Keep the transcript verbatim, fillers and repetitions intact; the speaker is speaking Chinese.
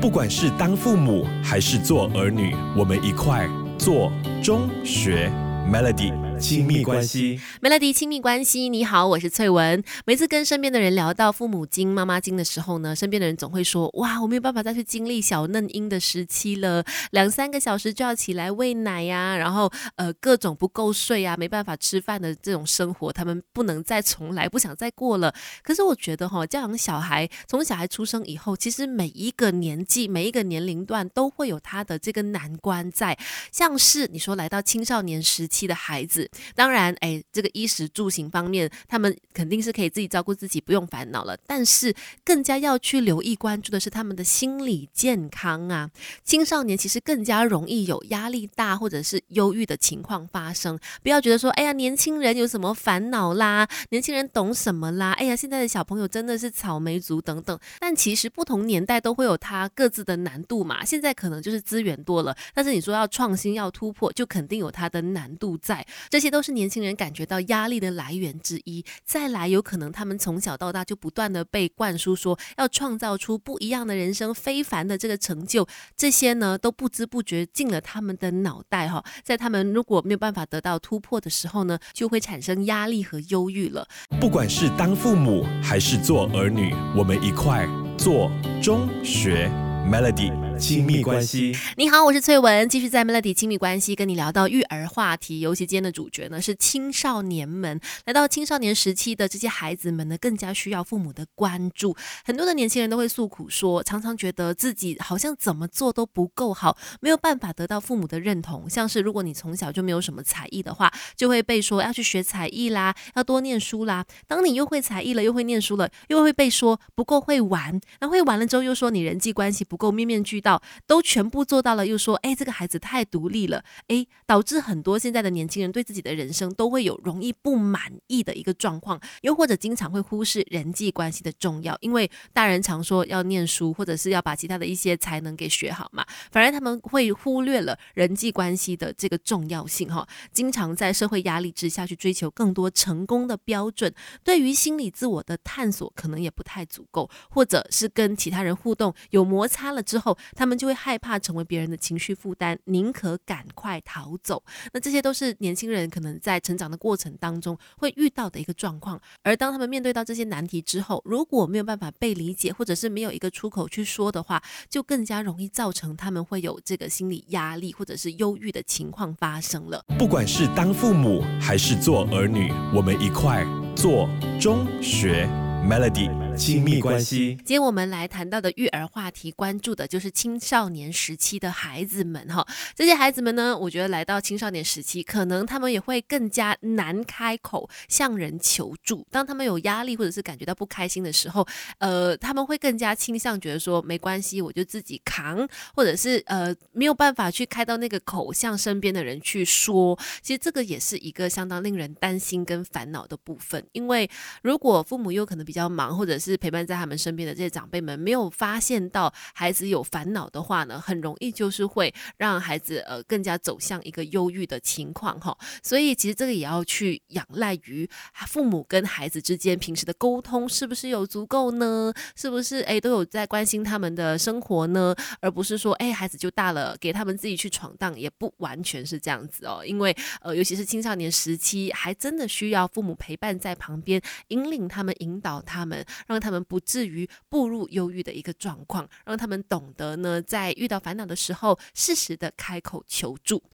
不管是当父母还是做儿女，我们一块做中学 Melody 亲密关系。 Melody 亲密关系，你好，我是翠文。每次跟身边的人聊到父母经、妈妈经的时候呢，身边的人总会说，哇，我没有办法再去经历小嫩婴的时期了，两三个小时就要起来喂奶呀、啊，然后呃各种不够睡啊，没办法吃饭的这种生活，他们不能再重来，不想再过了。可是我觉得哈、哦，教养小孩，从小孩出生以后，其实每一个年纪、每一个年龄段都会有他的这个难关在，像是你说来到青少年时期的孩子。当然，哎，这个衣食住行方面，他们肯定是可以自己照顾自己，不用烦恼了。但是，更加要去留意关注的是他们的心理健康啊。青少年其实更加容易有压力大或者是忧郁的情况发生。不要觉得说，哎呀，年轻人有什么烦恼啦，年轻人懂什么啦？哎呀，现在的小朋友真的是草莓族等等。但其实不同年代都会有它各自的难度嘛。现在可能就是资源多了，但是你说要创新、要突破，就肯定有它的难度在。这些都是年轻人感觉到压力的来源之一。再来，有可能他们从小到大就不断的被灌输说要创造出不一样的人生、非凡的这个成就，这些呢都不知不觉进了他们的脑袋哈。在他们如果没有办法得到突破的时候呢，就会产生压力和忧郁了。 不管是当父母还是做儿女，我们一块做中学 Melody 亲密关系。 你好，我是翠文，继续在 Melody 亲密关系跟你聊到育儿话题，尤其今天的主角呢是青少年们。来到青少年时期的这些孩子们呢，更加需要父母的关注。很多的年轻人都会诉苦说，常常觉得自己好像怎么做都不够好，没有办法得到父母的认同。像是如果你从小就没有什么才艺的话，就会被说要去学才艺啦，要多念书啦。当你又会才艺了，又会念书了，又会被说不够会玩，然后会玩了之后又说你人际关系不够面面俱到，都全部做到了，又说哎，这个孩子太独立了，哎，导致很多现在的年轻人对自己的人生都会有容易不满意的一个状况，又或者经常会忽视人际关系的重要，因为大人常说要念书，或者是要把其他的一些才能给学好嘛，反而他们会忽略了人际关系的这个重要性哈，经常在社会压力之下去追求更多成功的标准，对于心理自我的探索可能也不太足够，或者是跟其他人互动有摩擦了之后，他们就会害怕成为别人的情绪负担，宁可赶快逃走。那这些都是年轻人可能在成长的过程当中会遇到的一个状况。而当他们面对到这些难题之后，如果没有办法被理解，或者是没有一个出口去说的话，就更加容易造成他们会有这个心理压力或者是忧郁的情况发生了。 不管是当父母还是做儿女，我们一块做中学 Melody 亲密关系。 今天我们来谈到的育儿话题，关注的就是青少年时期的孩子们哈。这些孩子们呢，我觉得来到青少年时期，可能他们也会更加难开口向人求助。当他们有压力或者是感觉到不开心的时候，呃，他们会更加倾向觉得说没关系，我就自己扛，或者是呃没有办法去开到那个口向身边的人去说。其实这个也是一个相当令人担心跟烦恼的部分，因为如果父母又可能比较忙，或者是陪伴在他们身边的这些长辈们没有发现到孩子有烦恼的话呢，很容易就是会让孩子呃更加走向一个忧郁的情况哈。所以其实这个也要去仰赖于父母跟孩子之间平时的沟通是不是有足够呢？是不是哎都有在关心他们的生活呢？而不是说哎孩子就大了，给他们自己去闯荡，也不完全是这样子哦。因为呃尤其是青少年时期，还真的需要父母陪伴在旁边，引领他们，引导他们，让他们不至于步入忧郁的一个状况，让他们懂得呢，在遇到烦恼的时候，适时的开口求助。